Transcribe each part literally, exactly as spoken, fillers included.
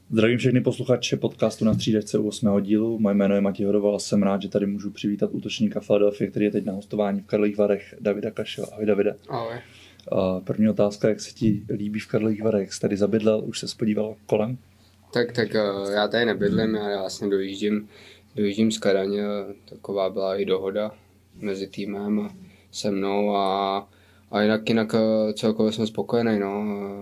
Zdravím všechny posluchače podcastu Na střídačce u osmého dílu. Moje jméno je Matěj Hodoval a jsem rád, že tady můžu přivítat útočníka Philadelphia, který je teď na hostování v Karlových Varech, Davida Kašela. Ahoj Davide. Ahoj. A první otázka, jak se ti líbí v Karlových Varech? Jsi tady zabydlel, už se spodíval kolem? Tak, tak já tady nebydlím, já vlastně dojíždím, dojíždím z Kadaně, taková byla i dohoda mezi týmem a se mnou a, a jinak, jinak celkově jsem spokojený, no.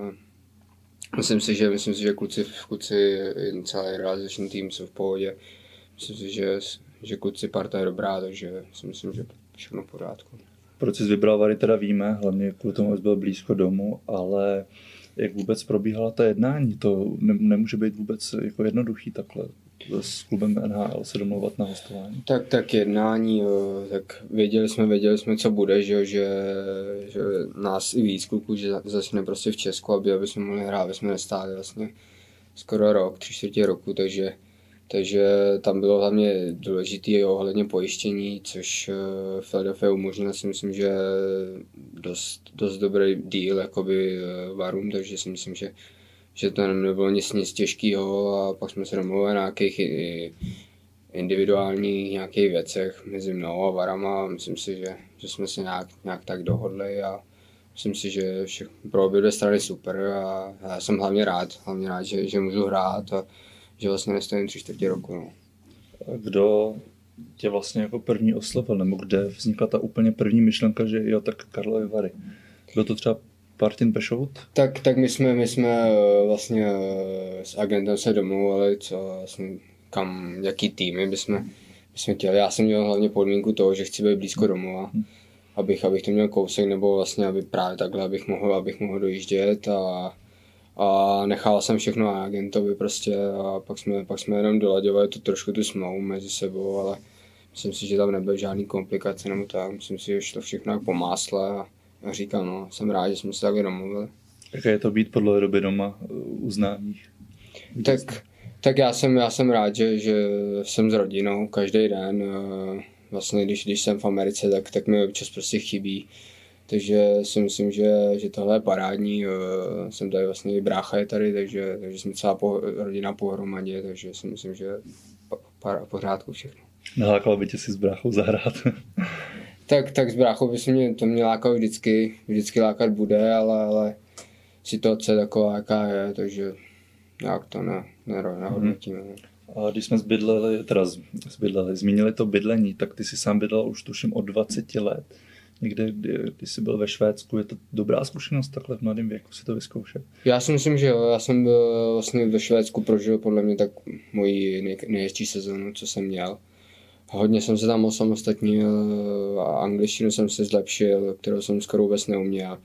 Myslím si, že, myslím si, že kluci, kluci celý realizační tým jsou v pohodě. Myslím si, že, že kluci parta je dobrá, takže si myslím, že všechno v pořádku. Proč jsi vybral Vary, teda víme, hlavně kvůli tomu, že byl blízko domu, ale jak vůbec probíhala ta jednání? To ne, nemůže být vůbec jako jednoduchý takhle s klubem N H L se domlouvat na hostování. Tak, tak jednání, tak věděli jsme, věděli jsme, co bude, že, že, že nás i víc kluků, že začne prostě v Česku, aby, aby jsme mohli hrát, aby jsme nestáli vlastně skoro rok, tři čtvrtě roku, takže, takže tam bylo hlavně důležité ohledně pojištění, což Philadelphia umožnila, si myslím, že dost, dost dobrý deal jakoby Varům, takže si myslím, že že to nebylo nic, nic těžkého a pak jsme se domluvili na nějakých individuálních nějakých věcech mezi mnou a Varama. Myslím si, že, že jsme se nějak, nějak tak dohodli a myslím si, že pro obě dvě strany super a já jsem hlavně rád, hlavně rád, že, že můžu hrát a že vlastně nestojím tři čtvrtě roku. No. Kdo tě vlastně jako první oslovil, nebo kde vznikla ta úplně první myšlenka, že jo, tak Karlovy Vary? Byl to třeba Martin Pešout? Tak, tak my jsme, my jsme vlastně s agentem se domluvili, co vlastně kam, jaký týmy bychom, bychom chtěli. Já jsem měl hlavně podmínku toho, že chci být blízko domova, abych, abych to měl kousek, nebo vlastně aby právě takhle, abych mohl, abych mohl dojíždět a, a nechal jsem všechno na agentovi prostě a pak jsme, pak jsme jenom dolaďovali tu trošku tu smlouvu mezi sebou, ale myslím si, že tam nebyly žádný komplikace nebo tak, myslím si, že šlo všechno jak po másle a já říkám, no, jsem rád, že jsme se takhle domluvili. Jaké je to být po dlouhé době doma u známých? Tak, tak já jsem, já jsem rád, že, že jsem s rodinou každý den. Vlastně když, když jsem v Americe, tak, tak mi občas prostě chybí. Takže si myslím, že, že tohle je parádní. Jsem tady vlastně i brácha je tady, takže, takže jsme celá po, rodina pohromadě, takže si myslím, že v pořádku všechno. Nalákalo by tě si s bráchou zahrát? Tak, tak s bráchou by se mě, to mě lákalo vždycky, vždycky lákat bude, ale, ale situace je taková, jaká je, takže jak to ne, ne, nehodnotíme. Hmm. A když jsme zbydleli, teda zbydleli, zmínili to bydlení, tak ty si sám bydlel už tuším od dvacet let. Někde, kdy, když jsi byl ve Švédsku, je to dobrá zkušenost takhle v mladém věku si to vyzkoušet? Já si myslím, že jo, já jsem byl vlastně ve Švédsku prožil podle mě tak moji nej, nejhezčí sezónu, co jsem měl. Hodně jsem se tam osamostatnil a angličtinu jsem se zlepšil, kterou jsem skoro vůbec neuměl.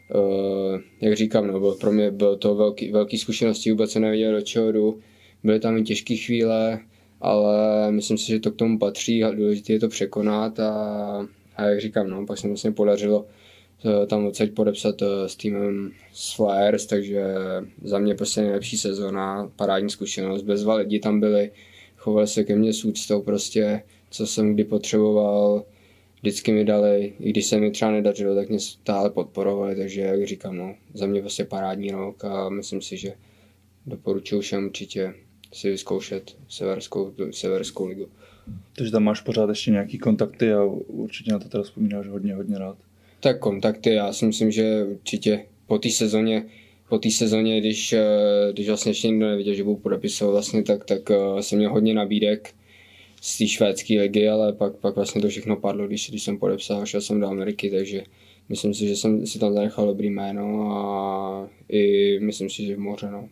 Uh, jak říkám, no, byl, pro mě byl to velký, velký zkušenosti, vůbec jsem nevěděl, do čeho jdu. Byly tam i těžké chvíle, ale myslím si, že to k tomu patří a důležité je to překonat a, a jak říkám, no, pak se mi vlastně podařilo uh, tam odsaď podepsat uh, s týmem z Flyers, takže za mě prostě nejlepší sezóna, parádní zkušenost, bezva lidi tam byli, chovali se ke mně s úctou prostě, co jsem kdy potřeboval, vždycky mi dali, i když se mi třeba nedařilo, tak mě stále podporovali, takže jak říkám, no, za mě vlastně parádní rok a myslím si, že doporučuji všem určitě si vyzkoušet severskou, severskou ligu. Takže tam máš pořád ještě nějaký kontakty a určitě na to teda vzpomínáš hodně, hodně rád. Tak kontakty, já si myslím, že určitě po té sezóně, po té sezóně, když, když vlastně ještě nikdo nevěděl, že budu podepisovat vlastně, tak, tak jsem měl hodně nabídek z té švédské ligy, ale pak, pak vlastně to všechno padlo, když, když jsem podepsal, šel jsem do Ameriky, takže myslím si, že jsem si tam zanechal dobrý jméno a i myslím si, že v moře. No.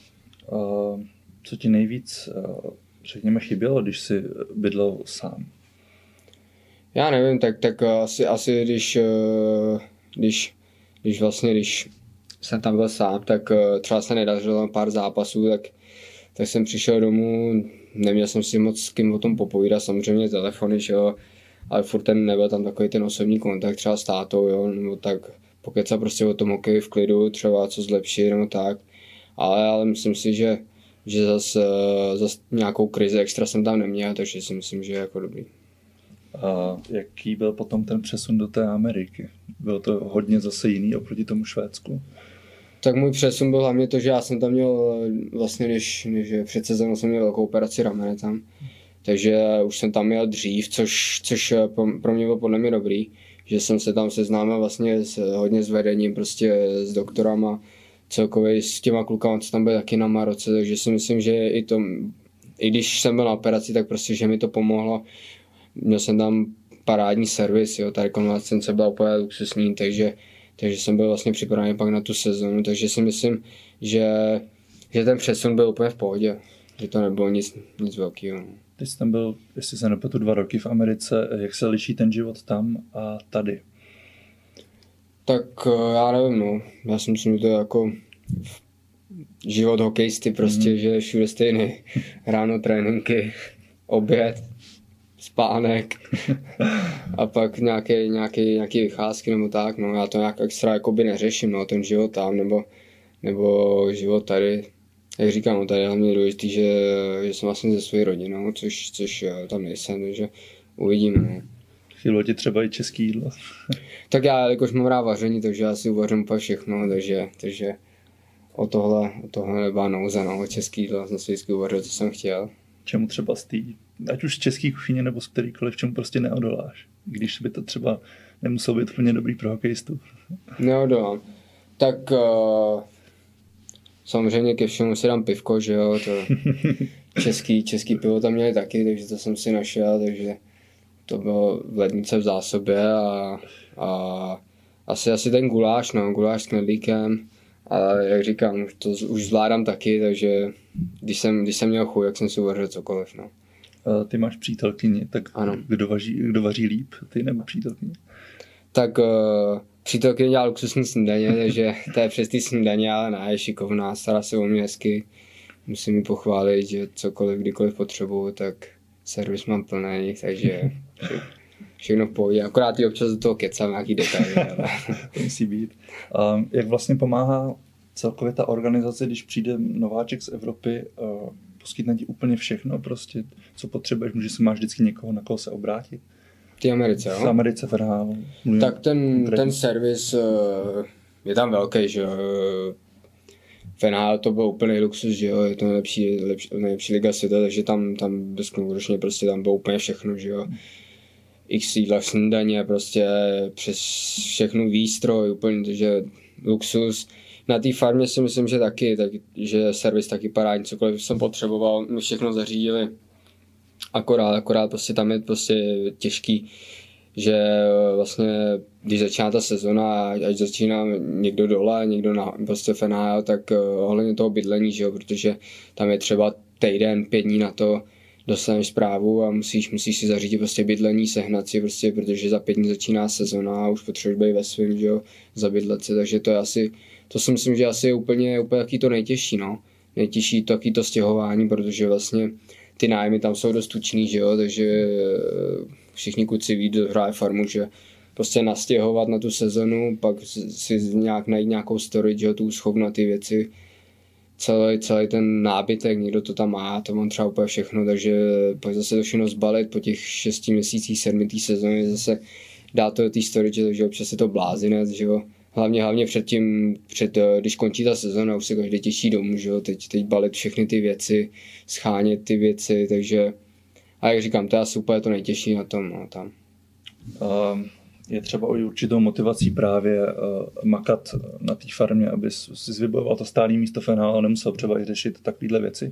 Uh, co ti nejvíc, uh, řekněme, chybělo, když jsi bydlel sám? Já nevím, tak, tak asi, asi když, když, když vlastně, když jsem tam byl sám, tak třeba se nedařilo pár zápasů, tak, tak jsem přišel domů, neměl jsem si moc s kým o tom popovídat, samozřejmě telefony, že jo, ale furt ten nebyl tam takový ten osobní kontakt třeba s tátou, jo, nebo tak pokecat prostě o tom hokeji v klidu, třeba co zlepšit, nebo tak, ale, ale myslím si, že, že zase zas nějakou krizi extra jsem tam neměl, takže si myslím, že je jako dobrý. A jaký byl potom ten přesun do té Ameriky? Bylo to hodně zase jiný oproti tomu Švédsku? Tak můj přesun byl hlavně to, že já jsem tam měl vlastně, než, než před sezónou jsem měl velkou operaci ramene tam. Takže už jsem tam měl dřív, což, což pro mě bylo podle mě dobrý, že jsem se tam seznámil vlastně s, hodně s vedením, prostě s doktorama, celkově s těma klukama, co tam byli taky na Maroce, takže si myslím, že i to, i když jsem byl na operaci, tak prostě, že mi to pomohlo. Měl jsem tam parádní servis, jo, ta rekonvalescence byla úplně luxusní, takže, takže jsem byl vlastně připravený pak na tu sezonu, takže si myslím, že, že ten přesun byl úplně v pohodě, že to nebylo nic, nic velkého. Ty jsi tam byl, jestli se nepletu, dva roky v Americe, jak se liší ten život tam a tady? Tak já nevím, no, já si myslím, že to je jako život hokejisty prostě, mm. že je všude stejný, ráno tréninky, oběd, spánek a pak nějaké, nějaké, nějaké vycházky nebo tak, no já to nějak extra jakoby neřeším, no, ten život tam nebo, nebo život tady. Jak říkám, no, tady je hlavně důležitý, že, že jsem vlastně ze své rodinou, což, což tam nejsem, takže uvidíme. No. Chybilo ti třeba i český jídlo? Tak já, jakož mám rád vaření, takže já si uvařím úplně všechno, takže, takže o tohle, o tohle nebyla nouze, no, o český jídlo jsem si vždycky uvařil, co jsem chtěl. Čemu třeba z té, ať už z české kuchyně nebo z kterýkoliv, čemu prostě neodoláš, když by to třeba nemuselo být úplně dobrý pro hokejistu? Neodolám. Tak uh, samozřejmě ke všemu si dám pivko, že jo, to český, český pivo tam měli taky, takže to jsem si našel, takže to bylo v lednice v zásobě a, a asi, asi ten guláš, no, guláš s knedlíkem, ale jak říkám, to už zvládám taky, takže když jsem, když jsem měl chuť, jak jsem si uvařil cokoliv, no. A ty máš přítelkyni, tak ano. Kdo, vaří, kdo vaří líp, ty nebo přítelkyně? Tak uh, přítelkyně dělá luxusní snídaně, takže to je přes ty snídaně, ale ne, je šikovná, stará se o mě hezky, musím mi pochválit, že cokoliv, kdykoliv potřebuju, tak servis mám plný, takže všechno v pohodě, akorát i občas do toho kecám nějaký detaily. Ale... To musí být. A jak vlastně pomáhá celkově ta organizace, když přijde nováček z Evropy, poskytne ti úplně všechno, prostě, co potřebuješ, může si máš vždycky někoho, na koho se obrátit? V té Americe, jo? V Americe, v N H L. Tak ten, ten servis je tam velký, že jo. V N H L to byl úplný luxus, že jo, je to nejlepší, lepší, nejlepší liga světa, takže tam, tam bezkonkurenčně prostě tam bylo úplně všechno, že jo. X jídla, snídaně, prostě přes všechnu výstroj, úplně, takže luxus. Na té farmě si myslím, že taky, tak, že servis taky parádní, cokoliv jsem potřeboval, mi všechno zařídili. Akorát, akorát prostě tam je prostě těžký, že vlastně, když začíná ta sezona, až začíná někdo dole, někdo na, prostě v N H L, tak ohledně toho bydlení, že jo, protože tam je třeba týden, pět dní na to, dostaneš zprávu a musíš, musíš si zařídit prostě bydlení, sehnat si prostě, protože za pět dní začíná sezona a už potřebuješ být ve svým, že jo, zabydlet se, takže to je asi, to si myslím, že asi je úplně, úplně jaký to nejtěžší, no. Nejtěžší to, jaký to stěhování, protože vlastně ty nájmy tam jsou dost tučný, že jo, takže všichni kluci ví, kdo hraje farmu, že prostě nastěhovat na tu sezonu, pak si nějak najít nějakou storage, že jo, tu úschovnu na ty věci, celý, celý ten nábytek, někdo to tam má, to mám třeba úplně všechno, takže pak zase to všechno zbalit po těch šesti měsících, sedmi té sezóny, zase dát to do té storage, takže občas je to blázinec, že jo. Hlavně, hlavně před tím, před, když končí ta sezóna, už se každý těší domů, že jo, teď, teď balit všechny ty věci, schánět ty věci, takže, a jak říkám, to je asi úplně to nejtěžší na tom, no, tam. Um. Je třeba i určitou motivací právě uh, makat na té farmě, aby si vybojoval to stálé místo v N H L a nemusel třeba i řešit takovéhle věci?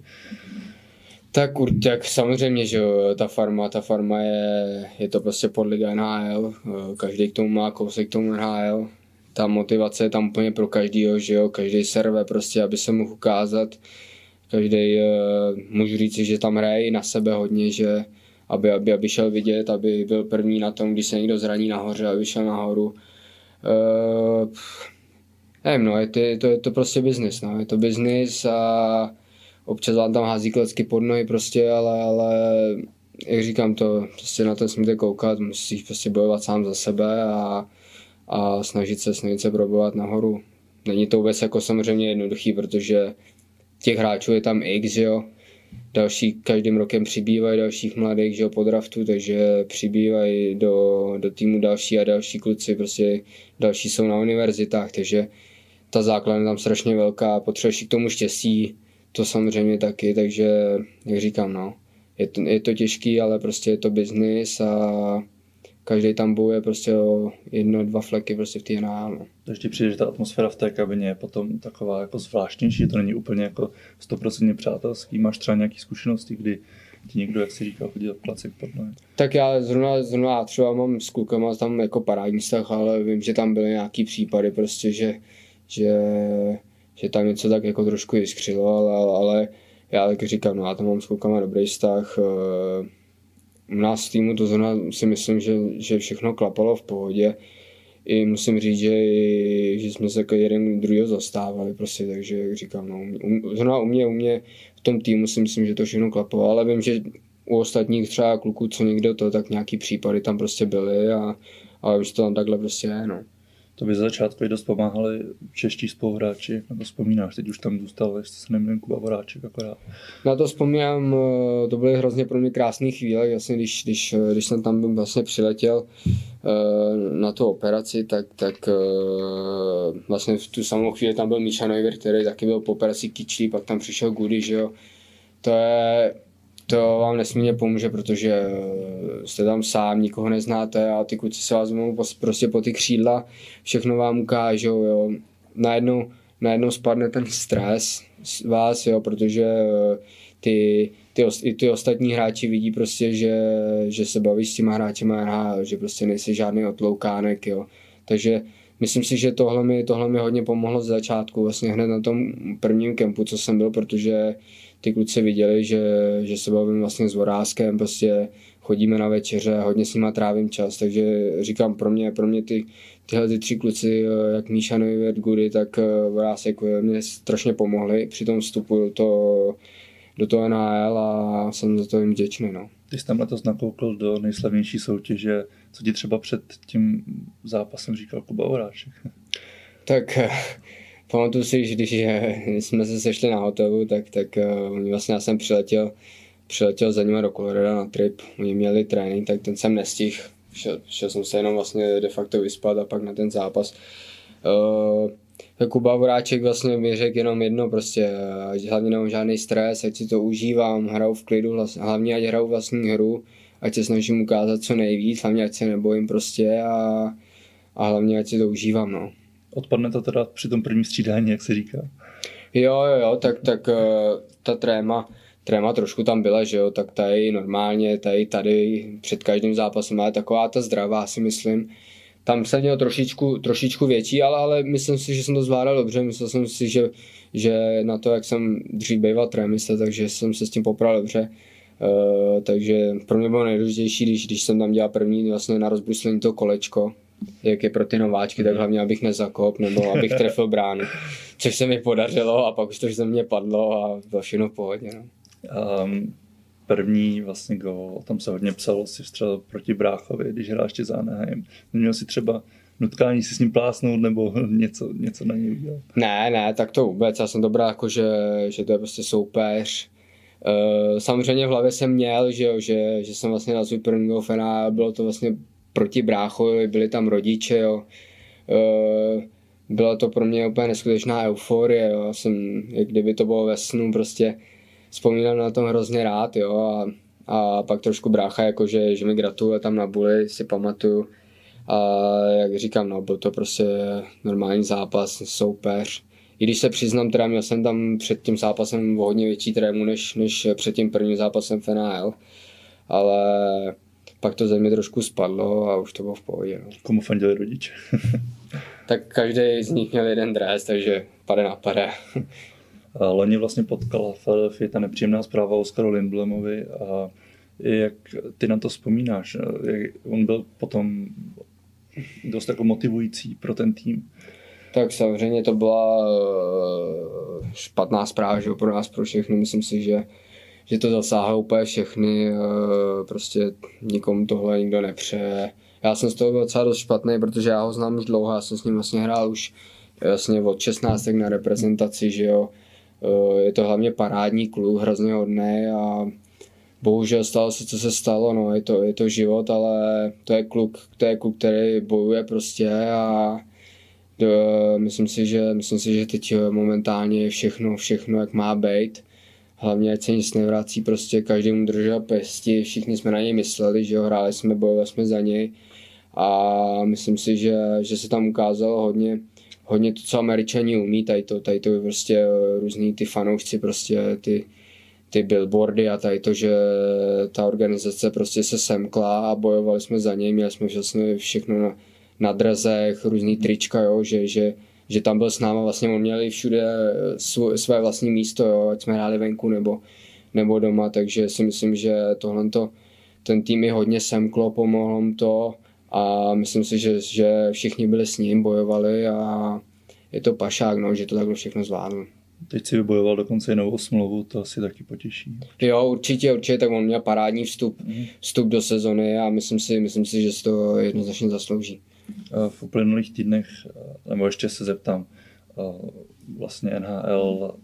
Tak určitě, samozřejmě, že jo, ta farma, ta farma je, je to prostě podliga N H L, každý k tomu má kousek k tomu N H L, ta motivace je tam úplně pro každýho, že jo, každý serve prostě, aby se mohl ukázat, každý, uh, můžu říct, že tam hraje na sebe hodně, že Aby, aby, aby šel vidět, aby byl první na tom, když se někdo zraní nahoře, aby šel nahoru. Uh, nevím, no, je to, je to, je to prostě biznis, no, je to biznis a občas vám tam hází klecky pod nohy prostě, ale, ale jak říkám to, prostě na to smíte koukat, musíš prostě bojovat sám za sebe a, a snažit se, snažit se probovat nahoru. Není to vůbec jako samozřejmě jednoduchý, protože těch hráčů je tam x, jo. Další každým rokem přibývají dalších mladých, že jo, po draftu, takže přibývají do, do týmu další a další kluci, prostě další jsou na univerzitách, takže ta základna tam strašně velká, potřebuješ k tomu štěstí, to samozřejmě taky, takže jak říkám, no, je to, je to těžký, ale prostě je to biznis a každý tam bojuje prostě o jedno, dva fleky prostě v té N H L. No. Takže ti přijde, že ta atmosféra v té kabině je potom taková jako zvláštnější, to není úplně jako sto procent přátelský, máš třeba nějaké zkušenosti, kdy ti někdo, jak si říkal, chodil klacek pod nohy? Tak já zrovna, zrovna třeba mám s klukama tam jako parádní vztah, ale vím, že tam byly nějaký případy prostě, že, že, že tam něco tak jako trošku jiskřilo, ale, ale já tak říkám, no já tam mám s klukama dobrý vztah. U nás v týmu to zrovna si myslím, že, že všechno klapalo v pohodě. I musím říct, že, že jsme se jako jeden druhého zastávali, prostě, takže jak říkám, no, u, zrovna u mě, u mě v tom týmu si myslím, že to všechno klapalo, ale vím, že u ostatních třeba kluků, co někdo to, tak nějaký případy tam prostě byly a, a už to tam takhle prostě je, no. To by za začátku i dost pomáhali čeští spoluhráči, jak na to vzpomínáš, teď už tam zůstal, jestli se neměl Kuba Voráček akorát. Na to vzpomínám, to byly hrozně pro mě krásné chvíle, vlastně, když, když, když jsem tam vlastně přiletěl na tu operaci, tak, tak vlastně v tu samou chvíli tam byl Míša Neuwirth, který taky byl po operaci kyčlí, pak tam přišel Goody, že jo. To je, to vám nesmírně pomůže, protože jste tam sám, nikoho neznáte a ty kluci se vás vezmou prostě po ty křídla, všechno vám ukážou, jo. Najednou, najednou spadne ten stres z vás, jo, protože ty, ty, i ty ostatní hráči vidí prostě, že, že se bavíš s těma hráčema N H L, že prostě nejsi žádný otloukánek, jo. Takže myslím si, že tohle mi, tohle mi hodně pomohlo z začátku, vlastně hned na tom prvním kempu, co jsem byl, protože ty kluci viděli, že, že se bavím vlastně s Vorázkem, prostě chodíme na večeře, hodně s nima trávím čas, takže říkám, pro mě, pro mě ty, tyhle ty tři kluci, jak Míša Neuwirth, Goody, tak Vorázek mě strašně pomohli při tom vstupu do toho, do toho N H L a jsem za to jim vděčný. No. Ty jsi tam letos nakoukl do nejslavnější soutěže, co ti třeba před tím zápasem říkal Kuba Voráček? Tak pamatuju si, že když jsme se sešli na hotelu, tak, tak vlastně já jsem přiletěl, přiletěl za nimi do Colorado na trip. Oni měli trénink, tak ten jsem nestihl. Šel, šel jsem se jenom vlastně de facto vyspat a pak na ten zápas. Uh, Kuba Voráček vlastně mi řekl jenom jedno, prostě hlavně nemám žádný stres, ať si to užívám, hraju v klidu, hlavně ať hraju vlastní hru, ať se snažím ukázat co nejvíc, hlavně ať se nebojím prostě a, a hlavně ať si to užívám, no. Odpadne to teda při tom prvním střídání, jak se říká? Jo, jo, jo, tak, tak ta tréma, tréma trošku tam byla, že jo, tak tady normálně, tady, tady před každým zápasem, ale taková ta zdravá, si myslím. Tam jsem měl trošičku, trošičku větší, ale, ale myslím si, že jsem to zvládal dobře, myslel jsem si, že, že na to, jak jsem dřív býval trémista, takže jsem se s tím popral dobře. Uh, takže pro mě bylo nejdůležitější, když, když jsem tam dělal první vlastně na rozbruslení to kolečko, jak je pro ty nováčky, tak hlavně abych nezakop nebo abych trefil bránu, což se mi podařilo a pak už to ze mě padlo a bylo všechno v pohodě. No. Um, první vlastně gól, o tom se hodně psalo, si vstřelil proti Bráchovi, když hrál ještě za Anaheim. Měl si třeba nutkání si s ním plásnout nebo něco, něco na něj udělat? Ne, ne, tak to vůbec, já jsem to bral jako, že, že to je prostě soupeř. Uh, samozřejmě v hlavě jsem měl, že, že, že jsem vlastně na svůj první gól a bylo to vlastně proti Bráchovi, byli tam rodiče, jo. Uh, byla to pro mě úplně neskutečná euforie, jo. Jsem, jak kdyby to bylo ve snu, prostě vzpomínám na tom hrozně rád, jo. A, a pak trošku brácha, jakože, že mi gratuluje tam na buli, si pamatuju. A jak říkám, no, byl to prostě normální zápas, soupeř. I když se přiznám, teda měl jsem tam před tím zápasem hodně větší trému, než, než před tím prvním zápasem v N H L. Ale pak to ze mě trošku spadlo a už to bylo v pohodě. No. Komu fandili rodiče? Tak každý z nich měl jeden dres, takže pade na pade. Loni vlastně potkala Philadelphia ta nepříjemná zpráva o Oskaru Lindblomovi a jak ty na to vzpomínáš? Jak on byl potom dost jako motivující pro ten tým? Tak samozřejmě to byla špatná zpráva, že pro nás, pro všechny. Myslím si, že, že to zasáhlo úplně všechny. Prostě nikomu tohle nikdo nepřeje. Já jsem z toho byl docela dost špatný, protože já ho znám už dlouho. Já jsem s ním vlastně hrál už vlastně od šestnácti na reprezentaci, že jo. Je to hlavně parádní kluk, hrozně hodnej a bohužel stalo se, co se stalo, no, je to, je to život, ale to je kluk, to je kluk, který bojuje prostě a Myslím si, že, myslím si, že teď momentálně je všechno, všechno jak má být. Hlavně ať se nic nevrací, prostě každý mu držel pesti, všichni jsme na něj mysleli, že jo, hráli jsme, bojovali jsme za něj a myslím si, že, že se tam ukázalo hodně, hodně to, co Američani umí, tady to, tady to prostě různý ty fanoušci, prostě ty, ty billboardy a tady to, že ta organizace prostě se semkla a bojovali jsme za něj, měli jsme vlastně všechno na, na drazech, různý trička, jo, že, že že tam byl s náma, vlastně on měli všude svůj, své vlastní místo, jo, ať jsme hráli venku nebo, nebo doma, takže si myslím, že tohle ten tým je hodně semklo, pomohlo mu to a myslím si, že, že všichni byli s ním, bojovali a je to pašák, no, že to takhle všechno zvládl. Teď si vybojoval dokonce i novou smlouvu, to asi taky potěší. Jo, určitě, určitě, tak on měl parádní vstup, vstup do sezony a myslím si, myslím si, že si to jednoznačně zaslouží. V uplynulých týdnech, nebo ještě se zeptám, vlastně N H L,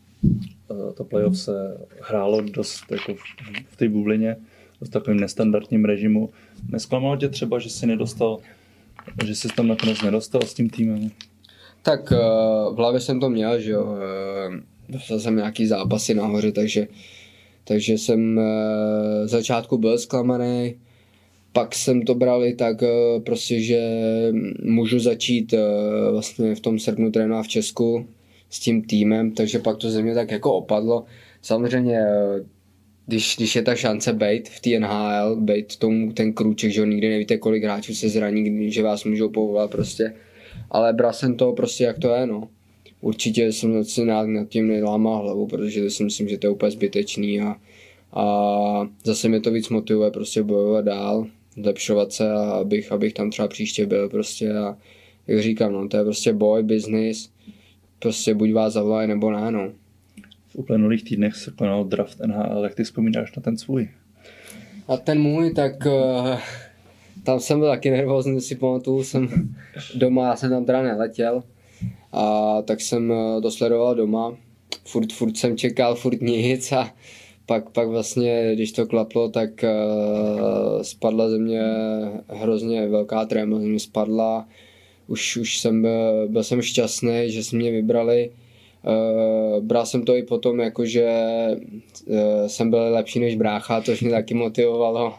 to playoff se hrálo dost jako v té bublině, v takovém nestandardním režimu. Nesklamalo tě třeba, že jsi nedostal, že jsi tam nakonec nedostal s tím týmem? Tak v hlavě jsem to měl, že jo, dostal jsem nějaký zápasy nahoře, takže, takže jsem z začátku byl zklamaný. Pak jsem to bral i tak prostě, že můžu začít vlastně v tom srpnu trénovat v Česku s tím týmem, takže pak to ze mě tak jako opadlo. Samozřejmě, když, když je ta šance být v té N H L, být tomu ten krůček, že nikdy nevíte, kolik hráčů se zraní, že vás můžou povolat prostě. Ale bral jsem to prostě jak to je, no. Určitě jsem si nad, nad tím nelámal hlavu, protože si myslím, že to je úplně zbytečný a, a zase mě to víc motivuje prostě bojovat dál, zlepšovat se a abych, abych tam třeba příště byl prostě a jak říkám, no, to je prostě boj, business, prostě buď vás zavolají nebo ne, no. V uplynulých týdnech se konal draft N H L, jak ty vzpomínáš na ten svůj? A ten můj, tak uh, tam jsem byl taky nervózní, si pamatuju, jsem doma, já jsem tam teda neletěl a tak jsem to sledoval doma, furt, furt jsem čekal, furt nic a pak, pak vlastně, když to klaplo, tak uh, spadla ze mě hrozně velká tréma, ze mě spadla, už, už jsem byl, byl jsem šťastný, že si mě vybrali. Uh, bral jsem to i potom, jakože uh, jsem byl lepší než brácha, což mě taky motivovalo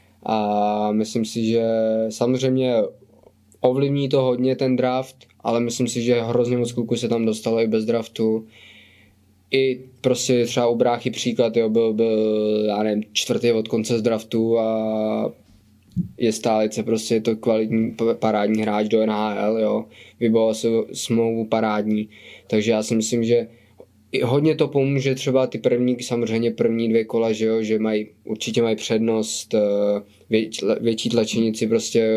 a myslím si, že samozřejmě ovlivní to hodně ten draft, ale myslím si, že hrozně moc kluků se tam dostalo i bez draftu. I prostě třeba u bráchy příklad, jo, byl, byl já nevím, čtvrtý od konce z draftu a je stálice, prostě je to kvalitní parádní hráč do N H L, jo, vyboval se smlouvu parádní, takže já si myslím, že hodně to pomůže třeba ty první, samozřejmě první dvě kola, že jo, že mají, určitě mají přednost, věč, větší tlačenici prostě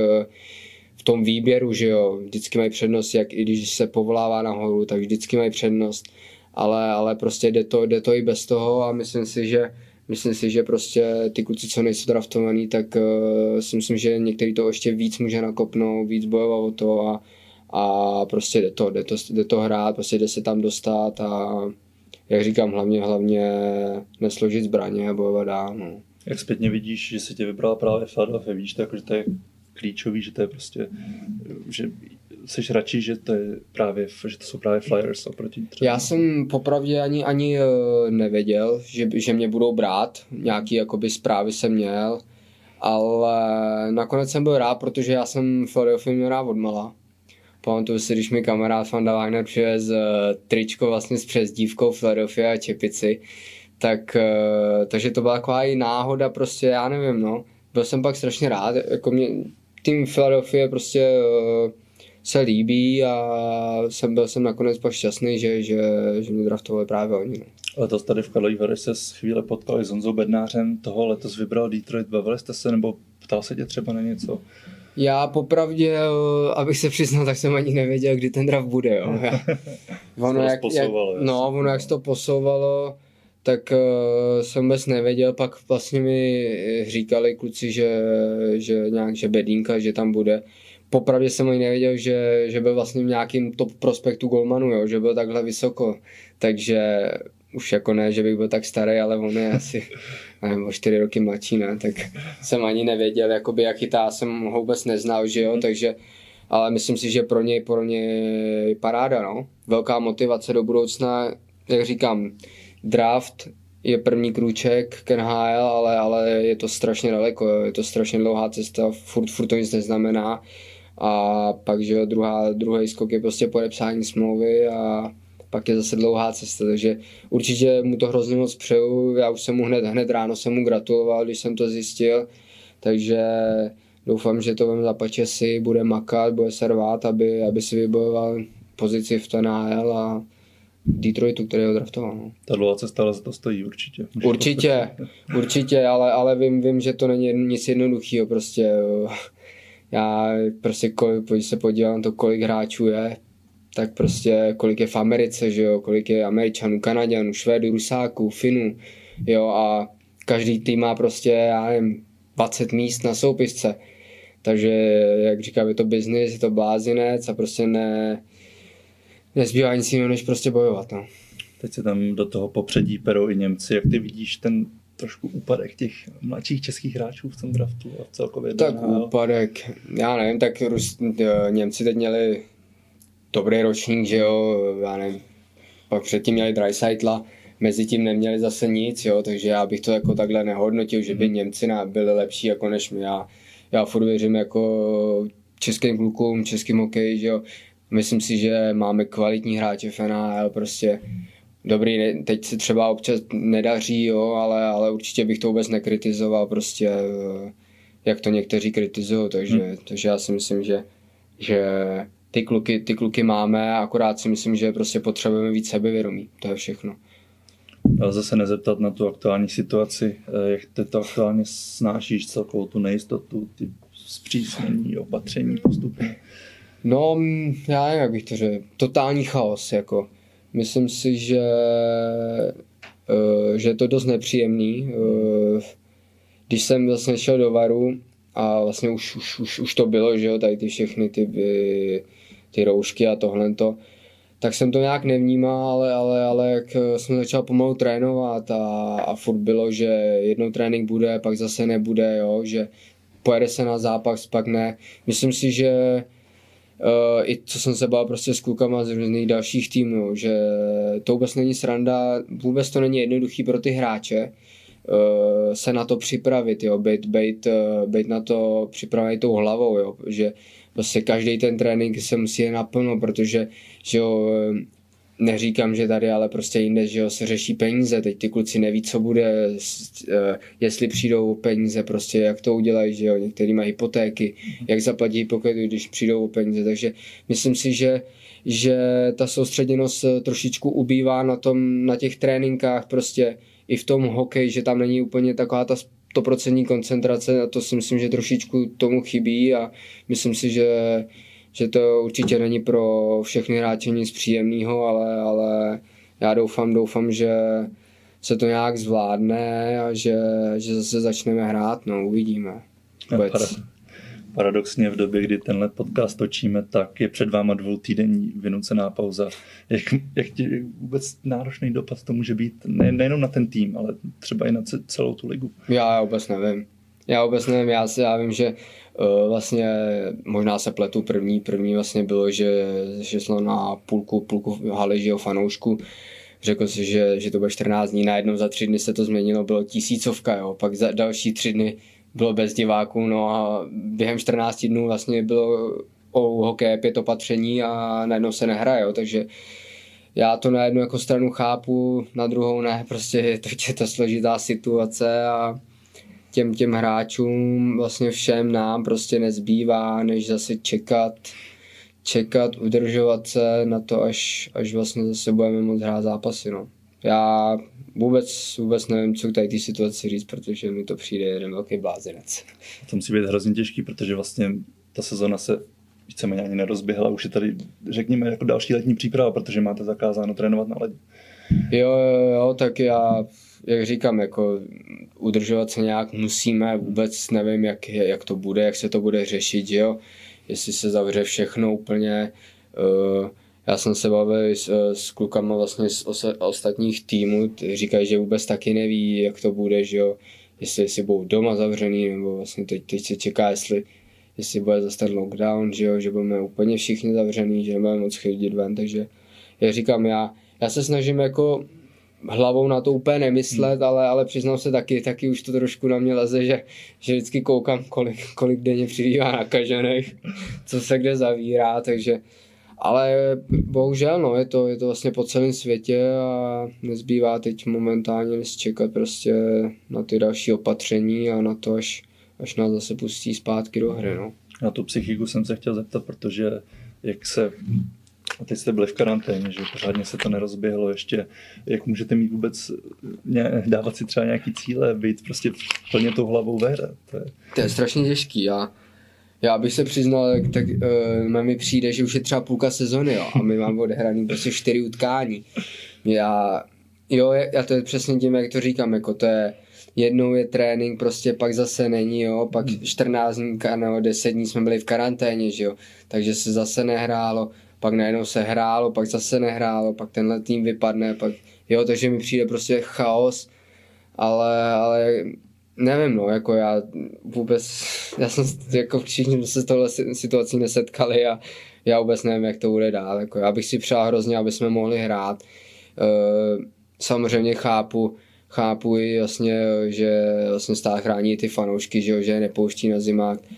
v tom výběru, že jo, vždycky mají přednost, jak i když se povolává nahoru, tak vždycky mají přednost, ale, ale prostě jde to, jde to i bez toho a myslím si, že Myslím si, že prostě ty kluci, co nejsou draftovaný, tak uh, si myslím, že některý to ještě víc může nakopnout, víc bojovat o to a, a prostě jde to, jde to, jde to hrát, prostě jde se tam dostat a jak říkám, hlavně, hlavně nesložit zbraně a bojovat dál. No. Jak zpětně vidíš, že se tě vybrala právě Philadelphia, víš to, jako, že to je klíčový, že to je prostě, že jsi radši, že to je právě, že to jsou právě Flyers oproti třeba? Já jsem popravdě ani, ani nevěděl, že, že mě budou brát, nějaký jakoby zprávy jsem měl, ale nakonec jsem byl rád, protože já jsem Philadelphia měl rád odmala. Pamatuju si, když mi kamarád Vanda Wagner přivez tričko vlastně s přezdívkou Philadelphia a čepici, tak, takže to byla taková i náhoda, prostě já nevím, no. Byl jsem pak strašně rád, jako mě tým Philadelphia prostě se líbí a jsem byl jsem nakonec pak šťastný, že, že, že mě draftovali právě oni. No. Letos tady v Karlových Varech se s chvíli potkali s Honzou Bednářem, toho letos vybral Detroit, bavili jste se nebo ptal se tě třeba na něco? Já popravdě, abych se přiznal, tak jsem ani nevěděl, kdy ten draft bude. Jo. Já, ono, jak, jak, no, ono jak se to posouvalo, tak uh, jsem vůbec nevěděl, pak vlastně mi říkali kluci, že, že nějak, že Bedínka, že tam bude. Popravdě jsem ani nevěděl, že, že byl vlastně v nějakým top prospektu golmanu, jo, že byl takhle vysoko, takže už jako ne, že bych byl tak starý, ale on je asi nevím, o čtyři roky mladší, ne, tak jsem ani nevěděl, jakoby, jak chytá, jsem ho vůbec neznal, že jo, takže ale myslím si, že pro něj, pro něj paráda, no. Velká motivace do budoucna, jak říkám, draft je první krůček k N H L, ale, ale je to strašně daleko, je to strašně dlouhá cesta, furt, furt to nic neznamená. A pak, že druhá, druhý skok je prostě podepsání smlouvy a pak je zase dlouhá cesta, takže určitě mu to hrozně moc přeju, já už jsem mu hned, hned ráno jsem mu gratuloval, když jsem to zjistil, takže doufám, že to vem za pačesy, bude makat, bude se rvát, aby, aby si vybojoval pozici v N H L a Detroitu, který ho draftoval. No. Ta dlouhá cesta ale za to stojí určitě. Určitě, určitě, ale, ale vím, vím, že to není nic jednoduchého, prostě já prostě, když se podívám na to, kolik hráčů je, tak prostě kolik je v Americe, že jo, kolik je Američanů, Kanaďanů, Švédů, Rusáků, Finů, jo, a každý tým má prostě, já nevím, dvacet míst na soupisce, takže, jak říkám, je to biznis, je to blázinec a prostě ne, nezbývá nic jiného, než prostě bojovat, no. Teď se tam do toho popředí perou i Němci, jak ty vidíš ten trošku úpadek těch mladších českých hráčů v tom draftu a celkově? Tak D N H L. Úpadek, já nevím, tak Rus, Němci teď měli dobrý ročník, že jo, já nevím, pak předtím měli Dreisaitla, mezi tím neměli zase nic, jo, takže já bych to jako takhle nehodnotil, že by Němci byli lepší jako než my. Já, já furt věřím jako českým klukům, českým hokeji, že jo. Myslím si, že máme kvalitní hráče v N H L, prostě dobrý, teď se třeba občas nedaří, jo, ale, ale určitě bych to vůbec nekritizoval, prostě jak to někteří kritizují, takže, hmm. takže já si myslím, že, že ty kluky, ty kluky máme, akorát si myslím, že prostě potřebujeme víc sebevědomí, to je všechno. Ale zase nezeptat na tu aktuální situaci, jak ty to aktuálně snášíš, celkovou tu nejistotu, ty zpřísnění, opatření postupně? No, já nevím, jak bych to řekl, totální chaos, jako. Myslím si, že, že je to dost nepříjemný. Když jsem vlastně šel do Varu a vlastně už, už, už, už to bylo, že jo, tady ty všechny ty, ty roušky a tohleto, tak jsem to nějak nevnímal, ale, ale, ale jak jsem začal pomalu trénovat a, a furt bylo, že jednou trénink bude, pak zase nebude, jo, že pojede se na zápas, pak ne. Myslím si, že Uh, i co jsem se bál prostě s klukama z různých dalších týmů, že to vůbec není sranda, vůbec to není jednoduchý pro ty hráče uh, se na to připravit, jo, být, být, uh, být na to připravený tou hlavou, jo, že vlastně každý ten trénink se musí je naplno, protože že jo, neříkám, že tady, ale prostě jinde, že jo, se řeší peníze, teď ty kluci neví, co bude, jestli přijdou peníze, prostě jak to udělají, že jo, některý mají hypotéky, jak zaplatí hypotéku, když přijdou peníze, takže myslím si, že, že ta soustředěnost trošičku ubývá na tom, na těch tréninkách, prostě i v tom hokeji, že tam není úplně taková ta sto procent koncentrace, a to si myslím, že trošičku tomu chybí a myslím si, že že to určitě není pro všechny hráče nic příjemného, ale, ale já doufám, doufám, že se to nějak zvládne a že, že zase začneme hrát, no uvidíme. Paradoxně v době, kdy tenhle podcast točíme, tak je před váma dvoutýdenní vynucená pauza. Jak, jak ti vůbec náročný dopad to může být ne, nejenom na ten tým, ale třeba i na celou tu ligu? Já, já vůbec nevím. Já vůbec nevím, já, si, já vím, že uh, vlastně možná se pletu první, první vlastně bylo, že, že šlo na půlku, půlku haly, že jo, fanoušku. Řekl si, že, že to bude čtrnáct dní, najednou za tři dny se to změnilo, bylo tisícovka, jo. Pak za další tři dny bylo bez diváků, no a během čtrnácti dnů vlastně bylo o hokeje pět opatření a najednou se nehraje, jo. Takže já to na jednu jako stranu chápu, na druhou ne, prostě je to, je to složitá situace a těm, těm hráčům, vlastně všem nám prostě nezbývá, než zase čekat, čekat, udržovat se na to, až, až vlastně zase budeme moct hrát zápasy, no. Já vůbec, vůbec nevím, co k tady té situaci říct, protože mi to přijde jeden velký blázinec. To musí být hrozně těžký, protože vlastně ta sezona se víceméně ani nerozběhla, už je tady, řekněme, jako další letní příprava, protože máte zakázáno trénovat na ledě. Jo, jo, jo, tak já, jak říkám, jako udržovat se nějak musíme, vůbec nevím, jak, jak to bude, jak se to bude řešit, jo, jestli se zavře všechno úplně. Uh, já jsem se bavil s, s klukama vlastně z os, ostatních týmů, říkají, že vůbec taky neví, jak to bude, že jo, jestli, jestli budou doma zavřený, nebo vlastně teď, teď se čeká, jestli, jestli bude zase ten lockdown, že jo, že budeme úplně všichni zavřený, že nebudeme moc chodit ven, takže jak říkám, já, já se snažím jako hlavou na to úplně nemyslet, hmm. ale, ale přiznám se taky, taky už to trošku na mě leze, že, že vždycky koukám, kolik, kolik denně přibývá nakažených, co se kde zavírá, takže ale bohužel, no, je to, je to vlastně po celém světě a nezbývá teď momentálně než čekat prostě na ty další opatření a na to, až, až nás zase pustí zpátky do hry, no. Na tu psychiku jsem se chtěl zeptat, protože jak se, teď jste byli v karanténě, že pořádně se to nerozběhlo ještě, jak můžete mít vůbec, ně, dávat si třeba nějaký cíle, být prostě plně tou hlavou ve hře. To je, to je strašně těžký, já Já bych se přiznal, tak, tak uh, mi přijde, že už je třeba půlka sezony, jo, a my máme odehraný prostě čtyři utkání. Já, jo, já to je přesně tím, jak to říkám, jako to je, jednou je trénink, prostě pak zase není, jo, pak čtrnáct dní, nebo deset dní jsme byli v karanténě, že jo, takže se zase nehrálo, pak najednou se hrálo, pak zase nehrálo, pak tenhle tým vypadne, pak, jo, takže mi přijde prostě chaos, ale, ale nevím, no, jako já vůbec, já jsem, jako všichni se s touhle situací nesetkali a já vůbec nevím, jak to bude dál, jako já bych si přál hrozně, aby jsme mohli hrát. E, samozřejmě chápu, chápu i vlastně, že vlastně stát chrání ty fanoušky, že, že je nepouští na zimák. E,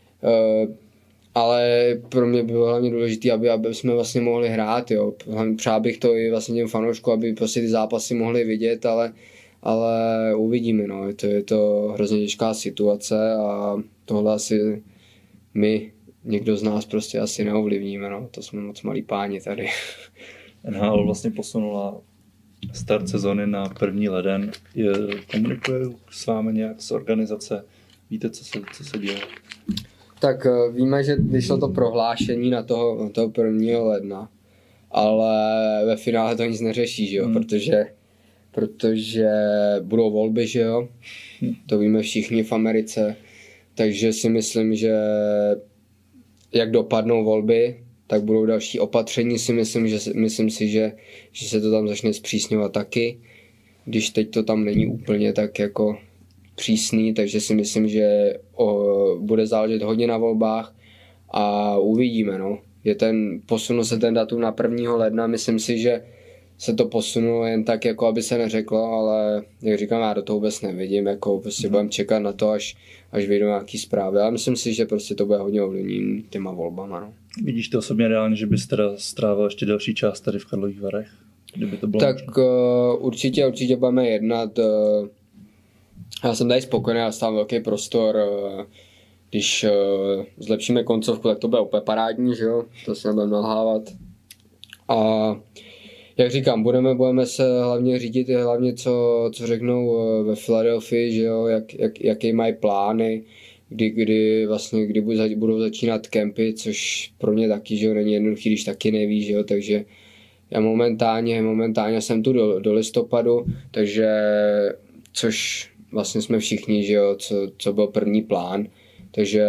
ale pro mě bylo hlavně důležité, aby, aby jsme vlastně mohli hrát, jo. Přál bych to i vlastně těm fanouškům, aby prostě ty zápasy mohli vidět, ale ale uvidíme, no, je to, je to hrozně těžká situace a tohle asi my, někdo z nás prostě asi neovlivníme, no, to jsme moc malí páni tady. N H L vlastně posunula start sezony na první leden. Je, komunikuje s vámi nějak z organizace? Víte, co se, co se děje? Tak víme, že vyšlo to prohlášení na toho, na toho prvního ledna, ale ve finále to nic neřeší, že jo, hmm. protože protože budou volby, že jo, to víme všichni v Americe, takže si myslím, že jak dopadnou volby, tak budou další opatření, si myslím, že myslím si, že, že se to tam začne zpřísňovat taky, když teď to tam není úplně tak jako přísný, takže si myslím, že o, bude záležet hodně na volbách a uvidíme, no. Je ten, posunul se ten datum na prvního ledna, myslím si, že se to posunulo jen tak, jako aby se neřeklo, ale jak říkám, já do toho vůbec nevidím, jako prostě budeme čekat na to, až, až vyjdou nějaký zprávy. Ale myslím si, že prostě to bude hodně ovlivněn těma volbama. No. Vidíš to osobně reálně, že bys teda strávil ještě další část tady v Karlových Varech? Kdyby to bylo tak uh, určitě, určitě budeme jednat. Uh, já jsem tady spokojený, já stávám velký prostor. Uh, když uh, zlepšíme koncovku, tak to bude úplně parádní, že jo? To se nebudeme nalhávat. A jak říkám, budeme, budeme se hlavně řídit hlavně co, co řeknou ve Philadelphii, že jo, jak, jak, jaký mají plány, kdy, kdy vlastně, kdy budou začínat kempy, což pro mě taky, že jo, není jednoduchý, když taky neví, že jo, takže já momentálně, momentálně jsem tu do, do listopadu, takže, což vlastně jsme všichni, že jo, co, co byl první plán, takže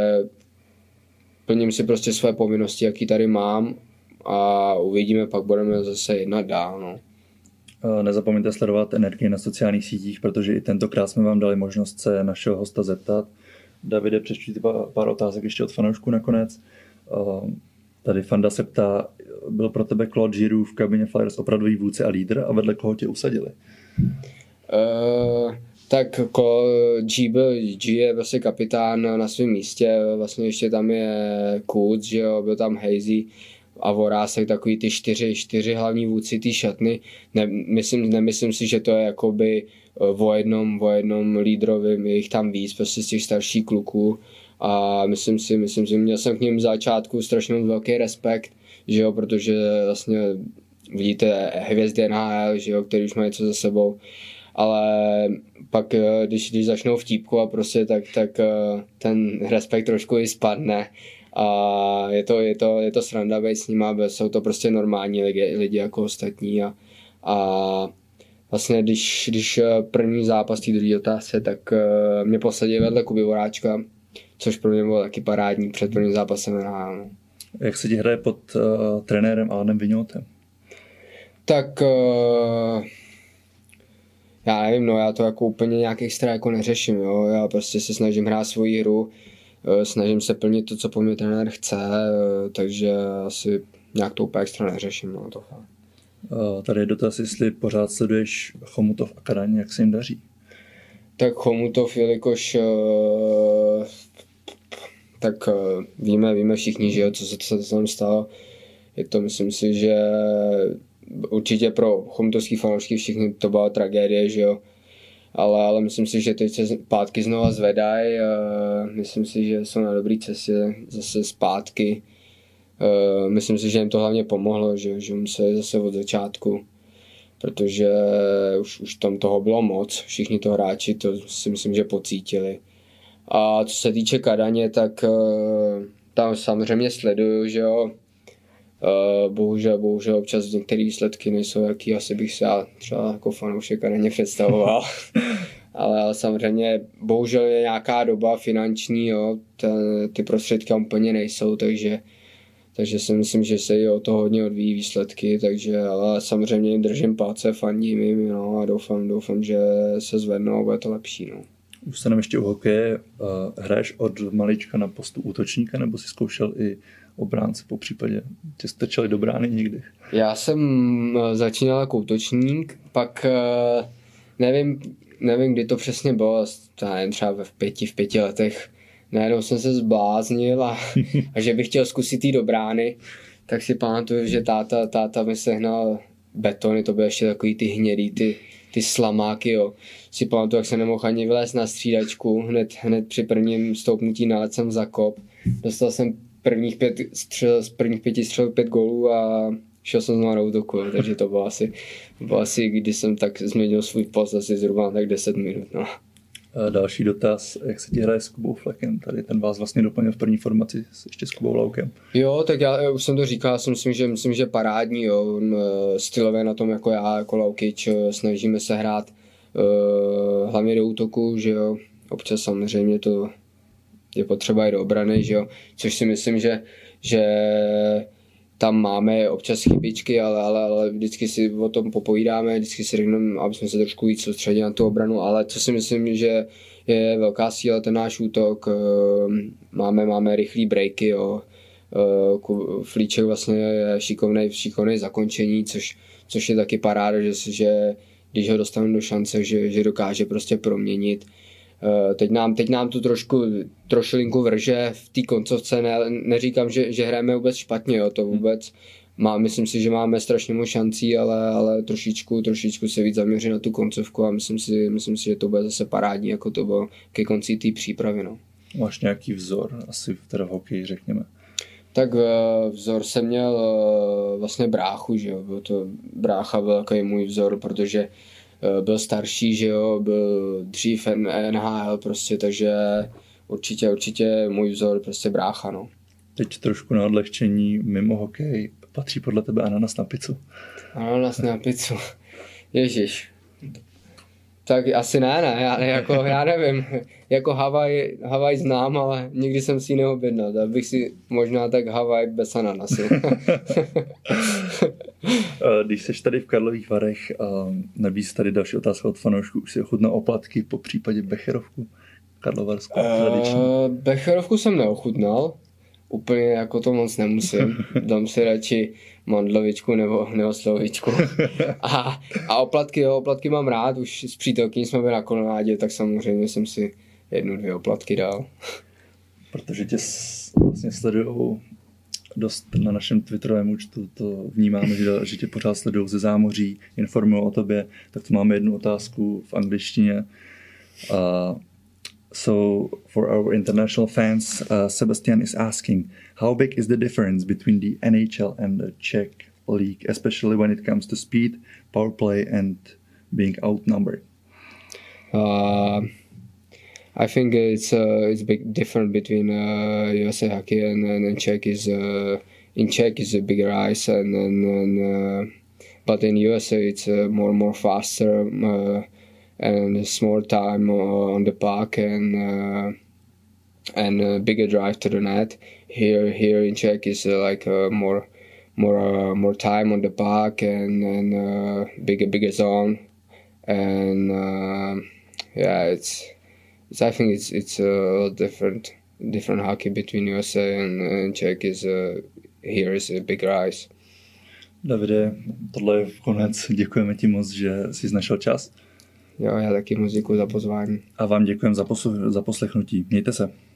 plním si prostě své povinnosti, jaký tady mám, a uvidíme, pak budeme zase jednat dál. No. Nezapomeňte sledovat Energii na sociálních sítích, protože i tentokrát jsme vám dali možnost se našeho hosta zeptat. Davide, přečtu pár otázek ještě od fanoušků nakonec. Tady Fanda se ptá, byl pro tebe Claude Giroux v kabině Flyers opravdový vůdce a lídr a vedle koho tě usadili? Uh, tak G, byl, G je vlastně kapitán na svém místě, vlastně ještě tam je Kuc, že jo, byl tam Hazy a Vorásek, takový ty čtyři, čtyři hlavní vůdci té šatny. Ne, myslím, nemyslím si, že to je jakoby o jednom, o jednom lídrovi, je jich tam víc, prostě z těch starších kluků a myslím si, myslím si, měl jsem k ním v začátku strašně velký respekt, že jo, protože vlastně vidíte hvězdy N H L, že jo, který už mají něco za sebou, ale pak, když, když začnou vtípku a prostě tak, tak ten respekt trošku i spadne. A je to, je to, je to sranda být s nima, jsou to prostě normální lidi, lidi jako ostatní a, a vlastně když, když první zápas té druhé otázce, tak uh, mě posadili vedle Kuby Voráčka, což pro mě bylo taky parádní před prvním zápasem N H L. Jak se ti hraje pod uh, trenérem Alanem Vigneautem? Tak uh, já nevím, no já to jako úplně nějak extra jako neřeším, jo, já prostě se snažím hrát svoji hru. snažím se plnit to, co po mě trenér chce, takže asi nějak to úplně extra neřeším. No, to. Tady je dotaz, jestli pořád sleduješ Chomutov Akademii, jak se jim daří? Tak Chomutov, jelikož tak víme, víme všichni, že jo, co se, co se tam stalo. Je to, myslím si, že určitě pro chomutovský fanoušky všichni to byla tragédie, že jo. Ale, ale myslím si, že teď se zpátky znova zvedají. Myslím si, že jsou na dobré cestě zase zpátky. Myslím si, že jim to hlavně pomohlo, že, že museli zase od začátku, protože už, už tam toho bylo moc. Všichni to hráči to si myslím, že pocítili. A co se týče Kadaně, tak tam samozřejmě sleduju, že jo. Bohužel, bohužel občas některé výsledky nejsou, jaký asi bych se já třeba jako fanoušek Kadaně představoval. ale, ale samozřejmě bohužel je nějaká doba finanční, jo. Ten, ty prostředky úplně nejsou, takže takže si myslím, že se i o to hodně odvíjí výsledky, takže ale samozřejmě jim držím palce, fandím jim, no, a doufám, doufám, že se zvednou a bude to lepší. No. Zůstaneme ještě u hokeje. Hraješ od malička na postu útočníka, nebo jsi zkoušel i obránce, po případě tě strčeli do brány někdy? Já jsem začínal jako útočník, pak nevím, nevím, kdy to přesně bylo, třeba v pěti, v pěti letech. Najednou jsem se zbláznil a, a že bych chtěl zkusit jít do brány, tak si pamatuju, že táta, táta mi sehnal betony, to byly ještě takový ty hnědý, ty, ty slamáky, jo. Si pamatuju, jak jsem nemohl ani vylézt na střídačku, hned, hned při prvním stoupnutí na led jsem zakop. Dostal jsem prvních pět střel, z prvních pěti střel pět gólů a šel jsem znovu na útoku, takže to bylo asi, bylo asi, když jsem tak změnil svůj post asi zhruba tak deset minut, no. Další dotaz, jak se ti hraje s Kubou Flekem? Tady ten vás vlastně doplnil v první formaci ještě s Kubou Laukem. Jo, tak já, já už jsem to říkal, jsem myslím, že myslím, že parádní, jo. Stylově na tom jako já, jako Laukič, snažíme se hrát uh, hlavně do útoku, že jo. Občas samozřejmě to je potřeba i do obrany, že jo. Což si myslím, že, že tam máme občas chybičky, ale, ale, ale vždycky si o tom popovídáme, vždycky si řekneme, aby jsme se trošku víc soustředili na tu obranu, ale co si myslím, že je velká síla ten náš útok, máme, máme rychlý breaky, jo. Flíček vlastně je šikovnej, šikovnej zakončení, což, což je taky paráda, že, že když ho dostaneme do šance, že, že dokáže prostě proměnit. Teď nám, teď nám tu trošku trošilinku vrže v té koncovce, ne, neříkám, že, že hrajeme vůbec špatně, jo, to vůbec má, myslím si, že máme strašně moc šancí, ale, ale trošičku, trošičku se víc zaměří na tu koncovku a myslím si, myslím si, že to bude zase parádní, jako to bylo ke konci té přípravy. No. Máš nějaký vzor, asi teda v hokeji, řekněme? Tak vzor jsem měl vlastně bráchu, že jo, byl to, brácha byl takový můj vzor, protože byl starší, že jo, byl dřív N H L prostě, takže určitě, určitě můj vzor prostě brácha, no. Teď trošku na odlehčení, mimo hokej, patří podle tebe ananas na pizzu? Ananas na pizzu, ježiš. Tak asi ne, ne, já, jako, já nevím, jako Havaj, Havaj znám, ale nikdy jsem si ji neobjednal, tak bych si možná tak Havaj bez ananasu. Když jsi tady v Karlových Varech, nabízí tady další otázka od fanoušků, už si ochutnal oplatky, po případě becherovku karlovarskou tradiční? Uh, becherovku jsem neochutnal, úplně jako to moc nemusím, dám si radši mandlovičku nebo, nebo slovičku. A, a oplatky, jo, oplatky mám rád, už s přítelkyní jsme byli na kolonádě, tak samozřejmě jsem si jednu, dvě oplatky dal. Protože tě vlastně sledujou dost na našem twitterovém účtu, to vnímáme, že, že tě pořád sledují ze zámoří, informují o tobě, tak tu máme jednu otázku v angličtině. Uh, So for our international fans, uh, Sebastian is asking, how big is the difference between the N H L and the Czech league, especially when it comes to speed, power play and being outnumbered? Uh, I think it's uh, it's big different between uh, U S A hockey and, and, and Czech is uh, in Czech is a bigger ice and, and, and uh, but in U S A it's uh, more more faster. Uh, and it's more time uh, on the puck and uh, and a bigger drive to the net. Here here in Czech is uh, like uh, more more uh, more time on the puck and and uh, bigger bigger zone and uh, yeah it's it's I think it's it's a lot different. different hockey between U S A and, and Czech is uh, here is a big rise. Davide, tohle je konec. Děkujeme ti moc, že jsi našel čas. Jo, já taky moc děkuji za pozvání. A vám děkujeme za, posl- za poslechnutí. Mějte se.